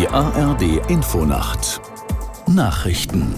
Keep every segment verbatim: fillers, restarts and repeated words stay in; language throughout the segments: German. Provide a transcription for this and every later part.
A R D Infonacht Nachrichten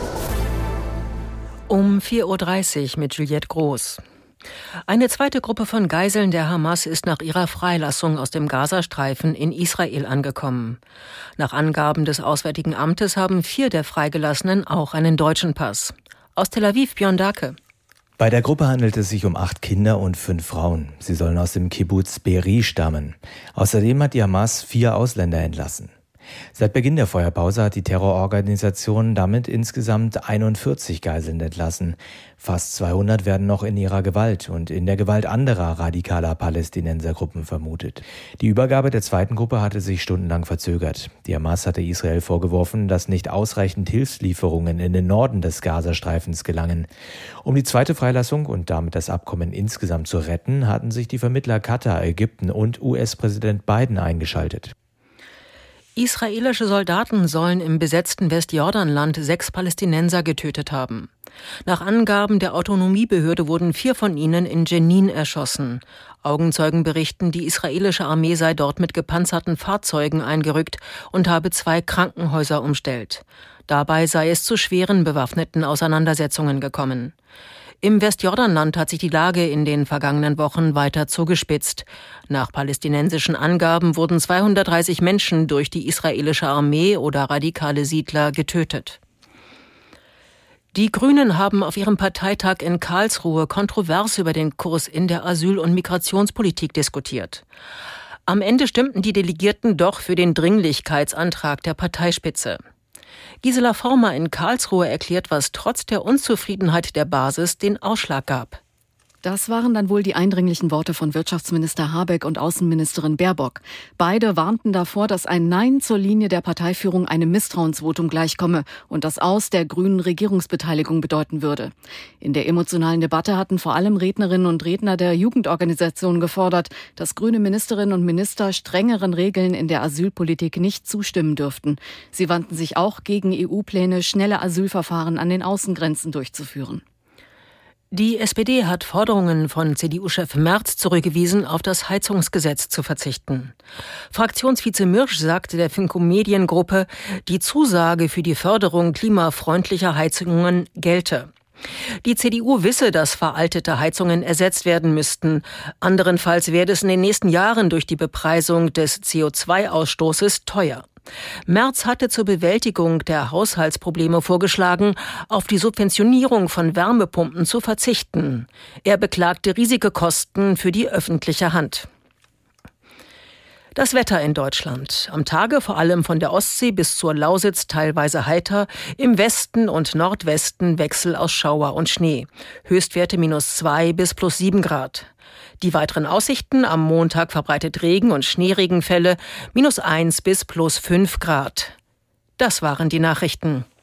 um vier Uhr dreißig mit Juliette Groß. Eine zweite Gruppe von Geiseln der Hamas ist nach ihrer Freilassung aus dem Gazastreifen in Israel angekommen. Nach Angaben des Auswärtigen Amtes haben vier der Freigelassenen auch einen deutschen Pass. Aus Tel Aviv, Björn Dake. Bei der Gruppe handelt es sich um acht Kinder und fünf Frauen. Sie sollen aus dem Kibbuz Be'eri stammen. Außerdem hat die Hamas vier Ausländer entlassen. Seit Beginn der Feuerpause hat die Terrororganisation damit insgesamt einundvierzig Geiseln entlassen. Fast zweihundert werden noch in ihrer Gewalt und in der Gewalt anderer radikaler Palästinensergruppen vermutet. Die Übergabe der zweiten Gruppe hatte sich stundenlang verzögert. Die Hamas hatte Israel vorgeworfen, dass nicht ausreichend Hilfslieferungen in den Norden des Gazastreifens gelangen. Um die zweite Freilassung und damit das Abkommen insgesamt zu retten, hatten sich die Vermittler Katar, Ägypten und U S-Präsident Biden eingeschaltet. Israelische Soldaten sollen im besetzten Westjordanland sechs Palästinenser getötet haben. Nach Angaben der Autonomiebehörde wurden vier von ihnen in Jenin erschossen. Augenzeugen berichten, die israelische Armee sei dort mit gepanzerten Fahrzeugen eingerückt und habe zwei Krankenhäuser umstellt. Dabei sei es zu schweren bewaffneten Auseinandersetzungen gekommen. Im Westjordanland hat sich die Lage in den vergangenen Wochen weiter zugespitzt. Nach palästinensischen Angaben wurden zweihundertdreißig Menschen durch die israelische Armee oder radikale Siedler getötet. Die Grünen haben auf ihrem Parteitag in Karlsruhe kontrovers über den Kurs in der Asyl- und Migrationspolitik diskutiert. Am Ende stimmten die Delegierten doch für den Dringlichkeitsantrag der Parteispitze. Gisela Former in Karlsruhe erklärt, was trotz der Unzufriedenheit der Basis den Ausschlag gab. Das waren dann wohl die eindringlichen Worte von Wirtschaftsminister Habeck und Außenministerin Baerbock. Beide warnten davor, dass ein Nein zur Linie der Parteiführung einem Misstrauensvotum gleichkomme und das Aus der grünen Regierungsbeteiligung bedeuten würde. In der emotionalen Debatte hatten vor allem Rednerinnen und Redner der Jugendorganisation gefordert, dass grüne Ministerinnen und Minister strengeren Regeln in der Asylpolitik nicht zustimmen dürften. Sie wandten sich auch gegen E U-Pläne, schnelle Asylverfahren an den Außengrenzen durchzuführen. Die S P D hat Forderungen von C D U-Chef Merz zurückgewiesen, auf das Heizungsgesetz zu verzichten. Fraktionsvize Mürsch sagte der Finco Mediengruppe, die Zusage für die Förderung klimafreundlicher Heizungen gelte. Die C D U wisse, dass veraltete Heizungen ersetzt werden müssten. Anderenfalls werde es in den nächsten Jahren durch die Bepreisung des C O zwei Ausstoßes teuer. Merz hatte zur Bewältigung der Haushaltsprobleme vorgeschlagen, auf die Subventionierung von Wärmepumpen zu verzichten. Er beklagte riesige Kosten für die öffentliche Hand. Das Wetter in Deutschland. Am Tage vor allem von der Ostsee bis zur Lausitz teilweise heiter, im Westen und Nordwesten Wechsel aus Schauer und Schnee. Höchstwerte minus zwei bis plus sieben Grad. Die weiteren Aussichten: am Montag verbreitet Regen- und Schneeregenfälle, minus eins bis plus fünf Grad. Das waren die Nachrichten.